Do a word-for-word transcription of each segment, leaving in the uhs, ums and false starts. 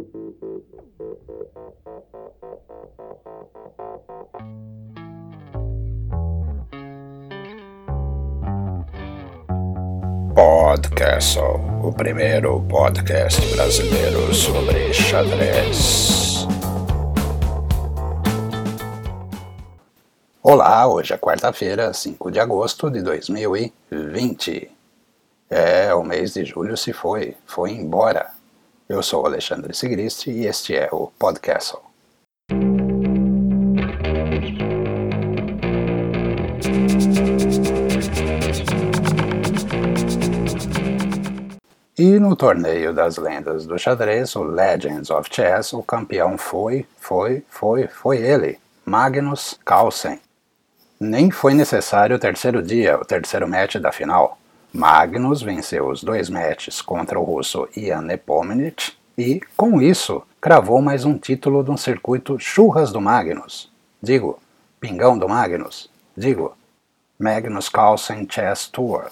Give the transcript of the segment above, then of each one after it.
Podcastle, o primeiro podcast brasileiro sobre xadrez. Olá, hoje é quarta-feira, cinco de agosto de dois mil e vinte. É, o mês de julho se foi, foi embora. Eu sou o Alexandre Sigrist e este é o Podcastle. E no torneio das lendas do xadrez, o Legends of Chess, o campeão foi, foi, foi, foi ele, Magnus Carlsen. Nem foi necessário o terceiro dia, o terceiro match da final. Magnus venceu os dois matches contra o russo Ian Nepomniachtchi e, com isso, cravou mais um título de um circuito Churras do Magnus. Digo, Pingão do Magnus. Digo, Magnus Carlsen Chess Tour.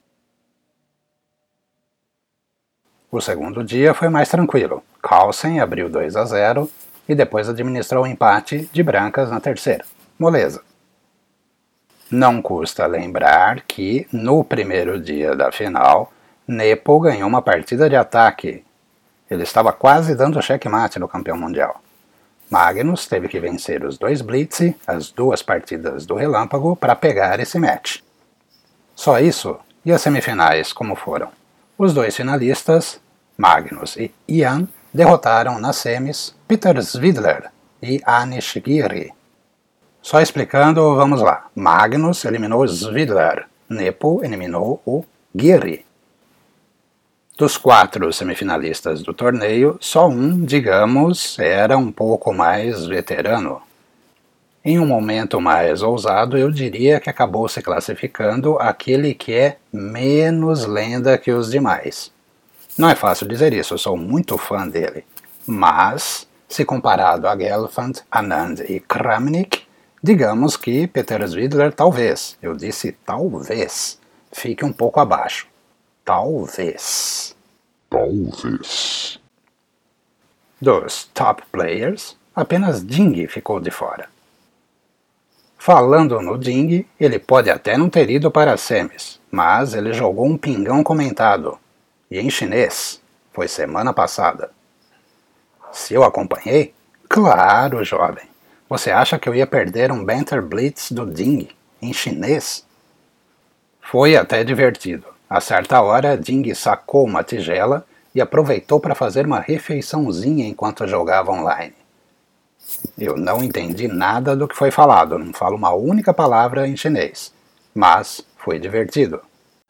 O segundo dia foi mais tranquilo. Carlsen abriu dois a zero e depois administrou o empate de brancas na terceira. Moleza. Não custa lembrar que, no primeiro dia da final, Nepo ganhou uma partida de ataque. Ele estava quase dando checkmate no campeão mundial. Magnus teve que vencer os dois blitz, as duas partidas do relâmpago, para pegar esse match. Só isso? E as semifinais, como foram? Os dois finalistas, Magnus e Ian, derrotaram nas semis Peter Svidler e Anish Giri. Só explicando, vamos lá. Magnus eliminou Svidler, Nepo eliminou o Giri. Dos quatro semifinalistas do torneio, só um, digamos, era um pouco mais veterano. Em um momento mais ousado, eu diria que acabou se classificando aquele que é menos lenda que os demais. Não é fácil dizer isso, eu sou muito fã dele. Mas, se comparado a Gelfand, Anand e Kramnik, digamos que Peter Svidler talvez, eu disse talvez, fique um pouco abaixo. Talvez. Talvez. Dos top players, apenas Ding ficou de fora. Falando no Ding, ele pode até não ter ido para as semis, mas ele jogou um pingão comentado. E em chinês. Foi semana passada. Se eu acompanhei? Claro, jovem. Você acha que eu ia perder um Banter Blitz do Ding em chinês? Foi até divertido. A certa hora, Ding sacou uma tigela e aproveitou para fazer uma refeiçãozinha enquanto jogava online. Eu não entendi nada do que foi falado, não falo uma única palavra em chinês, mas foi divertido.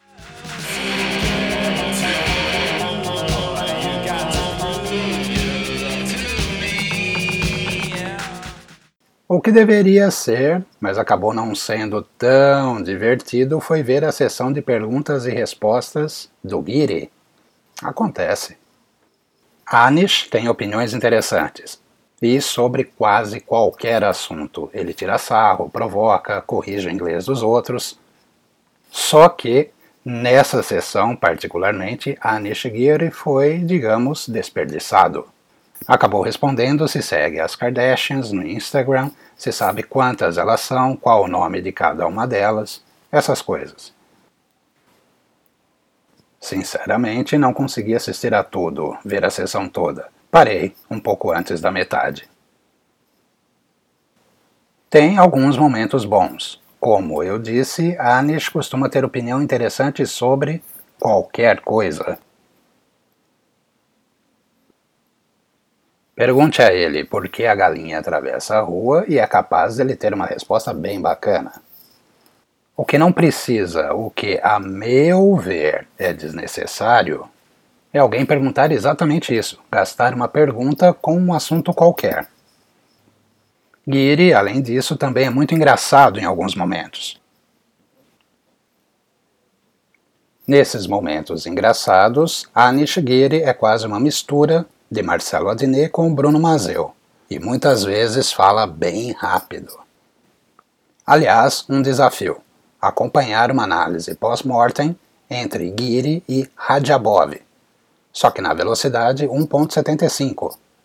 O que deveria ser, mas acabou não sendo tão divertido, foi ver a sessão de perguntas e respostas do Giri. Acontece. Anish tem opiniões interessantes. E sobre quase qualquer assunto. Ele tira sarro, provoca, corrige o inglês dos outros. Só que, nessa sessão particularmente, Anish Giri foi, digamos, desperdiçado. Acabou respondendo se segue as Kardashians no Instagram, se sabe quantas elas são, qual o nome de cada uma delas, essas coisas. Sinceramente, não consegui assistir a tudo, ver a sessão toda. Parei um pouco antes da metade. Tem alguns momentos bons. Como eu disse, Anish costuma ter opinião interessante sobre qualquer coisa. Pergunte a ele por que a galinha atravessa a rua e é capaz dele ter uma resposta bem bacana. O que não precisa, o que, a meu ver, é desnecessário, é alguém perguntar exatamente isso, gastar uma pergunta com um assunto qualquer. Giri, além disso, também é muito engraçado em alguns momentos. Nesses momentos engraçados, Anish Giri é quase uma mistura de Marcelo Adnet com Bruno Mazzeo, e muitas vezes fala bem rápido. Aliás, um desafio, acompanhar uma análise pós-mortem entre Giri e Radjabov, só que na velocidade um ponto setenta e cinco,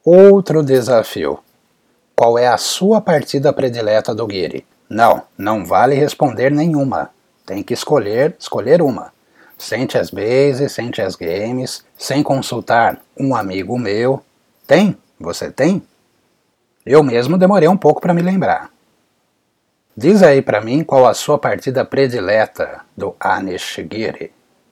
Outro desafio. Qual é a sua partida predileta do Guiri? Não, não vale responder nenhuma. Tem que escolher, escolher uma. Sem chess base, sem chess games, sem consultar um amigo meu. Tem? Você tem? Eu mesmo demorei um pouco para me lembrar. Diz aí para mim qual a sua partida predileta do Anish Giri.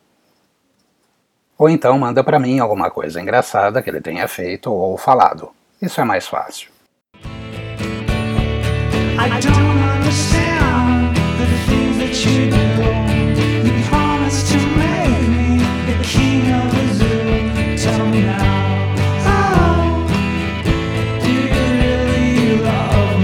Ou então manda para mim alguma coisa engraçada que ele tenha feito ou falado. Isso é mais fácil. I don't understand the things that you do. You promised to make me the king of the zoo. Tell me now, oh, do you really love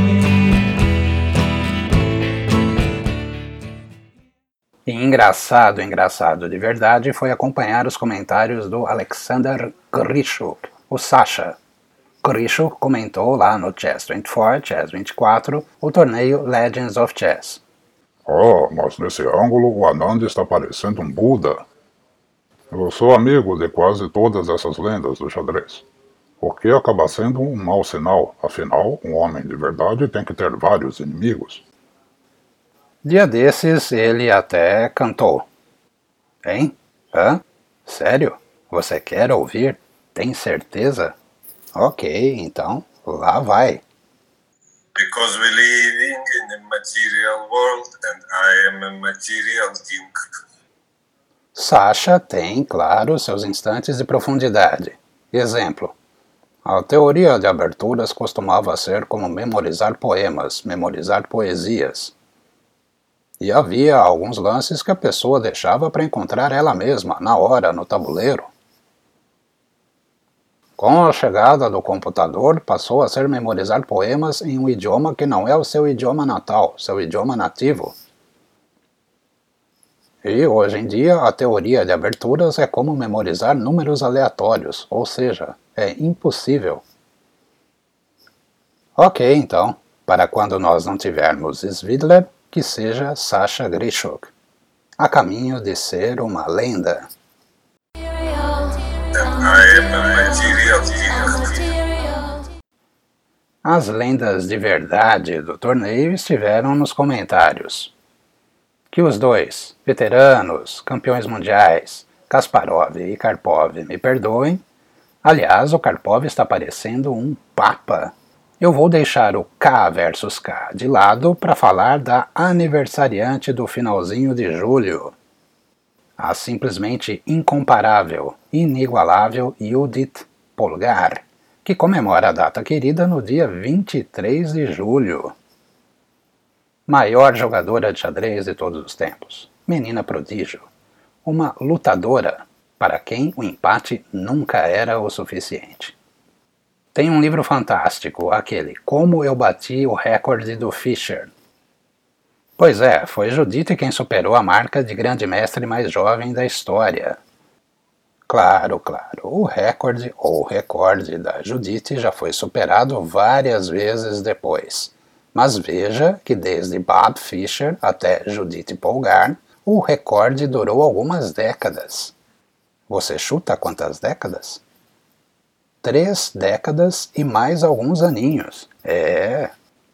me? E engraçado, engraçado de verdade foi acompanhar os comentários do Alexander Grishuk, o Sasha. Grishuk comentou lá no Chess vinte e quatro, Chess vinte e quatro, o torneio Legends of Chess. Ah, mas nesse ângulo o Anand está parecendo um Buda. Eu sou amigo de quase todas essas lendas do xadrez, o que acaba sendo um mau sinal, afinal, um homem de verdade tem que ter vários inimigos. Dia desses ele até cantou. Hein? Hã? Sério? Você quer ouvir? Tem certeza? Ok, então, lá vai. Because we're living in a material world and I am a material king. Sasha tem, claro, seus instantes de profundidade. Exemplo. A teoria de aberturas costumava ser como memorizar poemas, memorizar poesias. E havia alguns lances que a pessoa deixava para encontrar ela mesma, na hora, no tabuleiro. Com a chegada do computador, passou a ser memorizar poemas em um idioma que não é o seu idioma natal, seu idioma nativo. E hoje em dia, a teoria de aberturas é como memorizar números aleatórios, ou seja, é impossível. Ok, então, para quando nós não tivermos Svidler, que seja Sasha Grishuk, a caminho de ser uma lenda. As lendas de verdade do torneio estiveram nos comentários. Que os dois, veteranos, campeões mundiais, Kasparov e Karpov, me perdoem. Aliás, o Karpov está parecendo um papa. Eu vou deixar o K versus K de lado para falar da aniversariante do finalzinho de julho. A simplesmente incomparável, inigualável Judith Polgar, que comemora a data querida no dia vinte e três de julho. Maior jogadora de xadrez de todos os tempos, menina prodígio, uma lutadora para quem o empate nunca era o suficiente. Tem um livro fantástico, aquele Como Eu Bati o Recorde do Fischer. Pois é, foi Judith quem superou a marca de grande mestre mais jovem da história. Claro, claro, o recorde ou recorde da Judith já foi superado várias vezes depois. Mas veja que desde Bob Fischer até Judith Polgar, o recorde durou algumas décadas. Você chuta quantas décadas? Três décadas e mais alguns aninhos. É...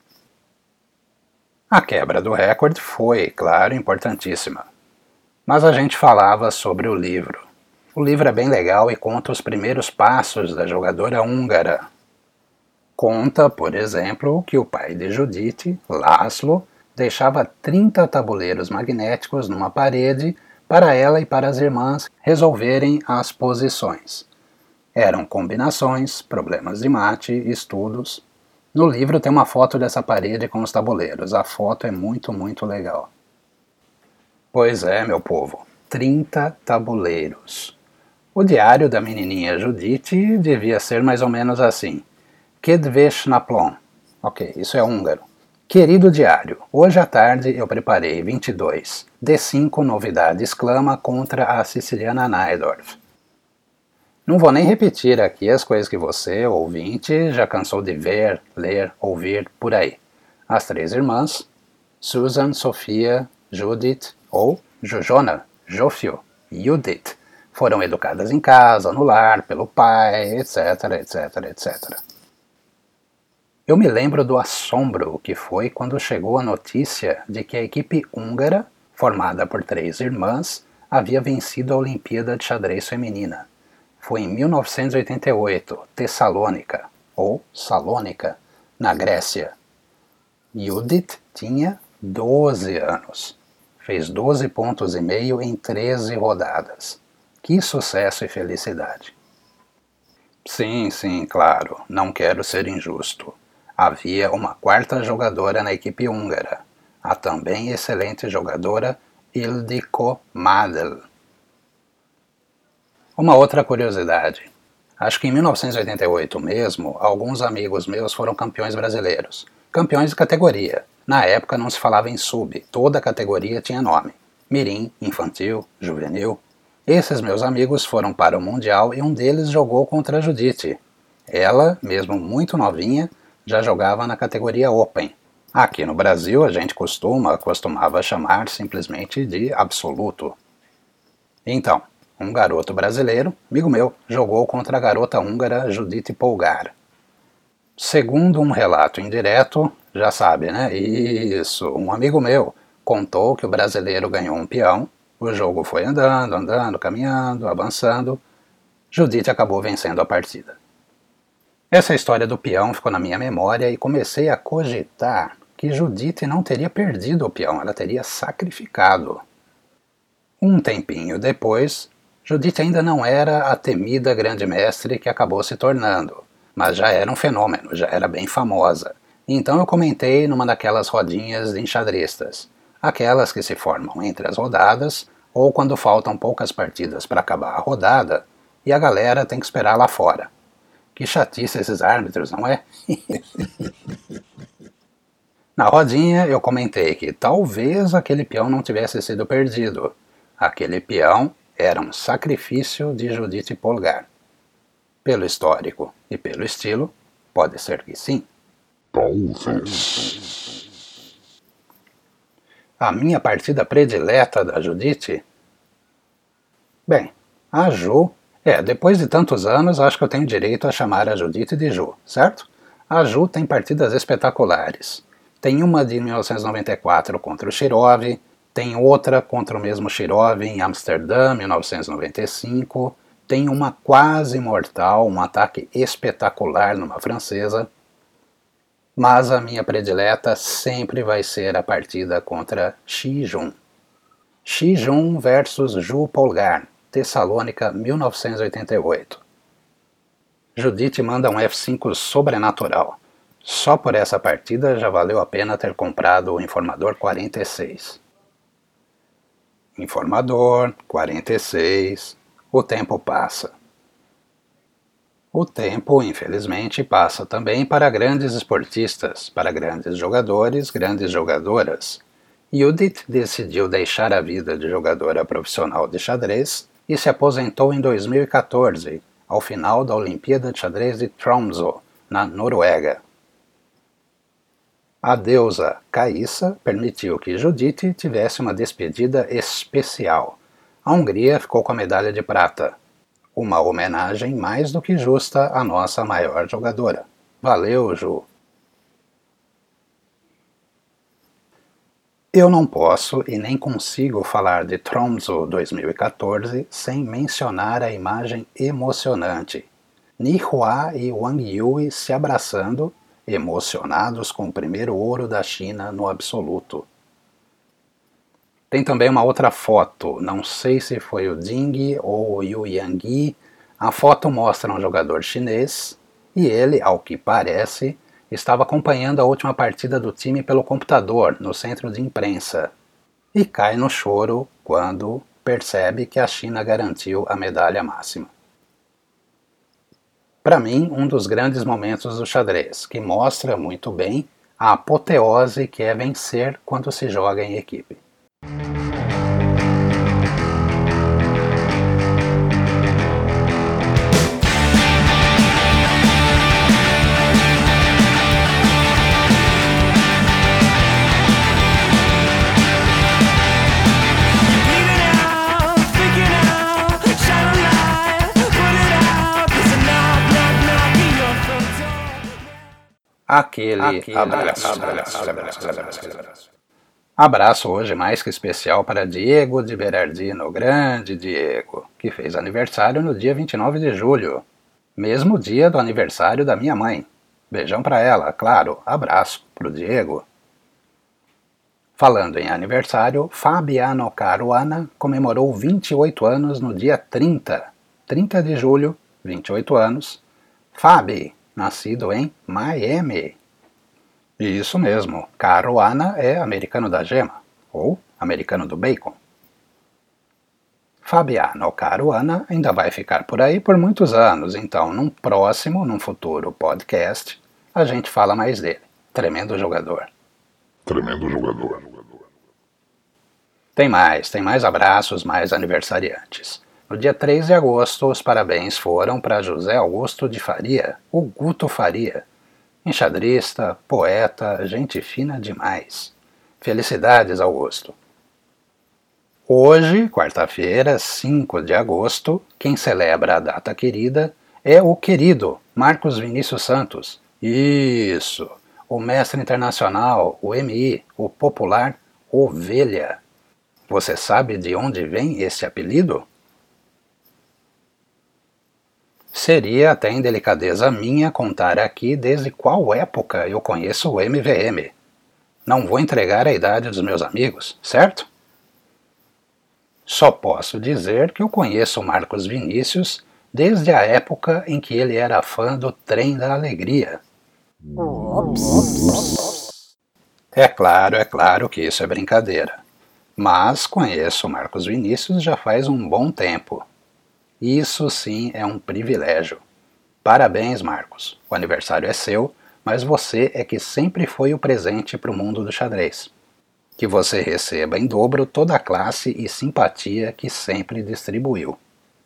A quebra do recorde foi, claro, importantíssima. Mas a gente falava sobre o livro. O livro é bem legal e conta os primeiros passos da jogadora húngara. Conta, por exemplo, que o pai de Judith, László, deixava trinta tabuleiros magnéticos numa parede para ela e para as irmãs resolverem as posições. Eram combinações, problemas de mate, estudos. No livro tem uma foto dessa parede com os tabuleiros. A foto é muito, muito legal. Pois é, meu povo, trinta tabuleiros. O diário da menininha Judith devia ser mais ou menos assim. Kedves naplon. Ok, isso é húngaro. Querido diário, hoje à tarde eu preparei vinte e dois. D cinco novidade exclama contra a siciliana Najdorf. Não vou nem repetir aqui as coisas que você, ouvinte, já cansou de ver, ler, ouvir por aí. As três irmãs, Susan, Sofia, Judith ou Jojona, Jofio, Judith, Foram educadas em casa, no lar, pelo pai, etc, etc, etcétera. Eu me lembro do assombro que foi quando chegou a notícia de que a equipe húngara, formada por três irmãs, havia vencido a Olimpíada de Xadrez Feminina. Foi em mil novecentos e oitenta e oito, Tessalônica, ou Salônica, na Grécia. Judith tinha doze anos. Fez doze pontos e meio em treze rodadas. Que sucesso e felicidade. Sim, sim, claro, não quero ser injusto. Havia uma quarta jogadora na equipe húngara, a também excelente jogadora Ildikó Madl. Uma outra curiosidade. Acho que em mil novecentos e oitenta e oito mesmo, alguns amigos meus foram campeões brasileiros. Campeões de categoria. Na época não se falava em sub, toda categoria tinha nome. Mirim, infantil, juvenil. Esses meus amigos foram para o Mundial e um deles jogou contra a Judith. Ela, mesmo muito novinha, já jogava na categoria Open. Aqui no Brasil a gente costuma, costumava chamar simplesmente de absoluto. Então, um garoto brasileiro, amigo meu, jogou contra a garota húngara Judith Polgár. Segundo um relato indireto, já sabe, né? Isso, um amigo meu contou que o brasileiro ganhou um peão, o jogo foi andando, andando, caminhando, avançando, Judith acabou vencendo a partida. Essa história do peão ficou na minha memória e comecei a cogitar que Judith não teria perdido o peão, ela teria sacrificado. Um tempinho depois, Judith ainda não era a temida grande mestre que acabou se tornando, mas já era um fenômeno, já era bem famosa. Então eu comentei numa daquelas rodinhas de enxadristas, aquelas que se formam entre as rodadas ou quando faltam poucas partidas para acabar a rodada e a galera tem que esperar lá fora. Que chatice esses árbitros, não é? Na rodinha eu comentei que talvez aquele peão não tivesse sido perdido. Aquele peão era um sacrifício de Judith Polgár. Pelo histórico e pelo estilo, pode ser que sim. Talvez. A minha partida predileta da Judith? Bem, a Ju... É, depois de tantos anos, acho que eu tenho direito a chamar a Judith de Ju, certo? A Ju tem partidas espetaculares. Tem uma de mil novecentos e noventa e quatro contra o Shirov, tem outra contra o mesmo Shirov em Amsterdã, mil novecentos e noventa e cinco, tem uma quase mortal, um ataque espetacular numa francesa, mas a minha predileta sempre vai ser a partida contra Shi Jun. Shi Jun versus Ju Polgár, Tessalônica, mil novecentos e oitenta e oito. Judith manda um F cinco sobrenatural. Só por essa partida já valeu a pena ter comprado o Informador quarenta e seis. Informador, quarenta e seis, o tempo passa. O tempo, infelizmente, passa também para grandes esportistas, para grandes jogadores, grandes jogadoras. Judith decidiu deixar a vida de jogadora profissional de xadrez e se aposentou em dois mil e quatorze, ao final da Olimpíada de Xadrez de Tromsø, na Noruega. A deusa Caissa permitiu que Judith tivesse uma despedida especial. A Hungria ficou com a medalha de prata. Uma homenagem mais do que justa à nossa maior jogadora. Valeu, Ju! Eu não posso e nem consigo falar de Tromsø dois mil e quatorze sem mencionar a imagem emocionante. Ni Hua e Wang Yue se abraçando, emocionados com o primeiro ouro da China no absoluto. Tem também uma outra foto, não sei se foi o Ding ou o Yu Yangyi. A foto mostra um jogador chinês e ele, ao que parece, estava acompanhando a última partida do time pelo computador, no centro de imprensa, e cai no choro quando percebe que a China garantiu a medalha máxima. Para mim, um dos grandes momentos do xadrez, que mostra muito bem a apoteose que é vencer quando se joga em equipe. Shadow aquele, aquele abraço, abraço, abraço, abraço, abraço. Abraço hoje mais que especial para Diego de Berardino, grande Diego, que fez aniversário no dia vinte e nove de julho, mesmo dia do aniversário da minha mãe. Beijão para ela, claro, abraço pro Diego. Falando em aniversário, Fabiano Caruana comemorou vinte e oito anos no dia trinta, trinta de julho, vinte e oito anos. Fabi, nascido em Miami. E isso mesmo, Caruana é americano da gema, ou americano do bacon. Fabiano Caruana ainda vai ficar por aí por muitos anos, então num próximo, num futuro podcast, a gente fala mais dele. Tremendo jogador. Tremendo jogador. Tem mais, tem mais abraços, mais aniversariantes. No dia três de agosto, os parabéns foram para José Augusto de Faria, o Guto Faria. Enxadrista, poeta, gente fina demais. Felicidades, Augusto. Hoje, quarta-feira, cinco de agosto, quem celebra a data querida é o querido Marcos Vinícius Santos. Isso, o mestre internacional, o M I, o popular Ovelha. Você sabe de onde vem esse apelido? Seria até indelicadeza minha contar aqui desde qual época eu conheço o M V M. Não vou entregar a idade dos meus amigos, certo? Só posso dizer que eu conheço o Marcos Vinícius desde a época em que ele era fã do Trem da Alegria. É claro, é claro que isso é brincadeira. Mas conheço o Marcos Vinícius já faz um bom tempo. Isso sim é um privilégio. Parabéns, Marcos. O aniversário é seu, mas você é que sempre foi o presente para o mundo do xadrez. Que você receba em dobro toda a classe e simpatia que sempre distribuiu.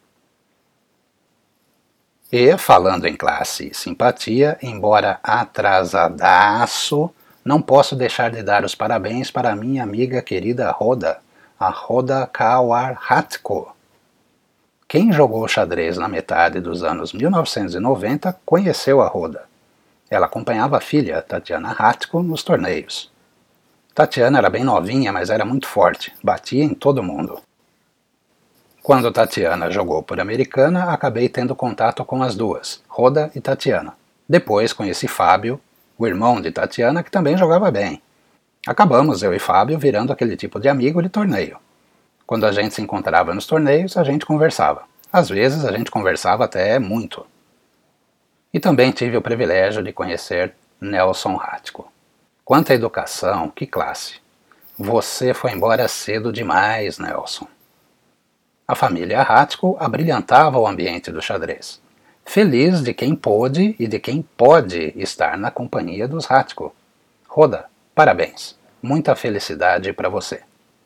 E, falando em classe e simpatia, embora atrasadaço, não posso deixar de dar os parabéns para a minha amiga querida Hoda, a Hoda Kawar-Hatko. Quem jogou xadrez na metade dos anos mil novecentos e noventa conheceu a Hoda. Ela acompanhava a filha, Tatiana Hatko, nos torneios. Tatiana era bem novinha, mas era muito forte, batia em todo mundo. Quando Tatiana jogou por Americana, acabei tendo contato com as duas, Hoda e Tatiana. Depois conheci Fábio, o irmão de Tatiana, que também jogava bem. Acabamos, eu e Fábio, virando aquele tipo de amigo de torneio. Quando a gente se encontrava nos torneios, a gente conversava. Às vezes a gente conversava até muito. E também tive o privilégio de conhecer Nelson Hatko. Quanta educação, que classe! Você foi embora cedo demais, Nelson. A família Hatko abrilhantava o ambiente do xadrez. Feliz de quem pôde e de quem pode estar na companhia dos Hatko. Hoda, parabéns. Muita felicidade para você.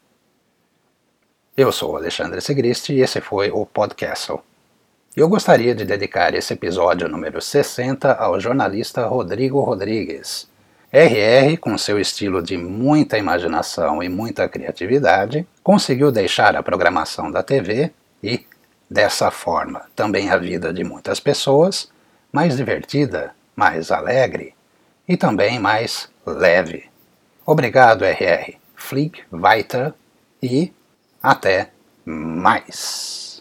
Eu sou o Alexandre Sigrist e esse foi o Podcastle. Eu gostaria de dedicar esse episódio número sessenta ao jornalista Rodrigo Rodrigues. R R, com seu estilo de muita imaginação e muita criatividade, conseguiu deixar a programação da T V e, dessa forma, também a vida de muitas pessoas, mais divertida, mais alegre e também mais leve. Obrigado, R R. Flieg weiter e até mais.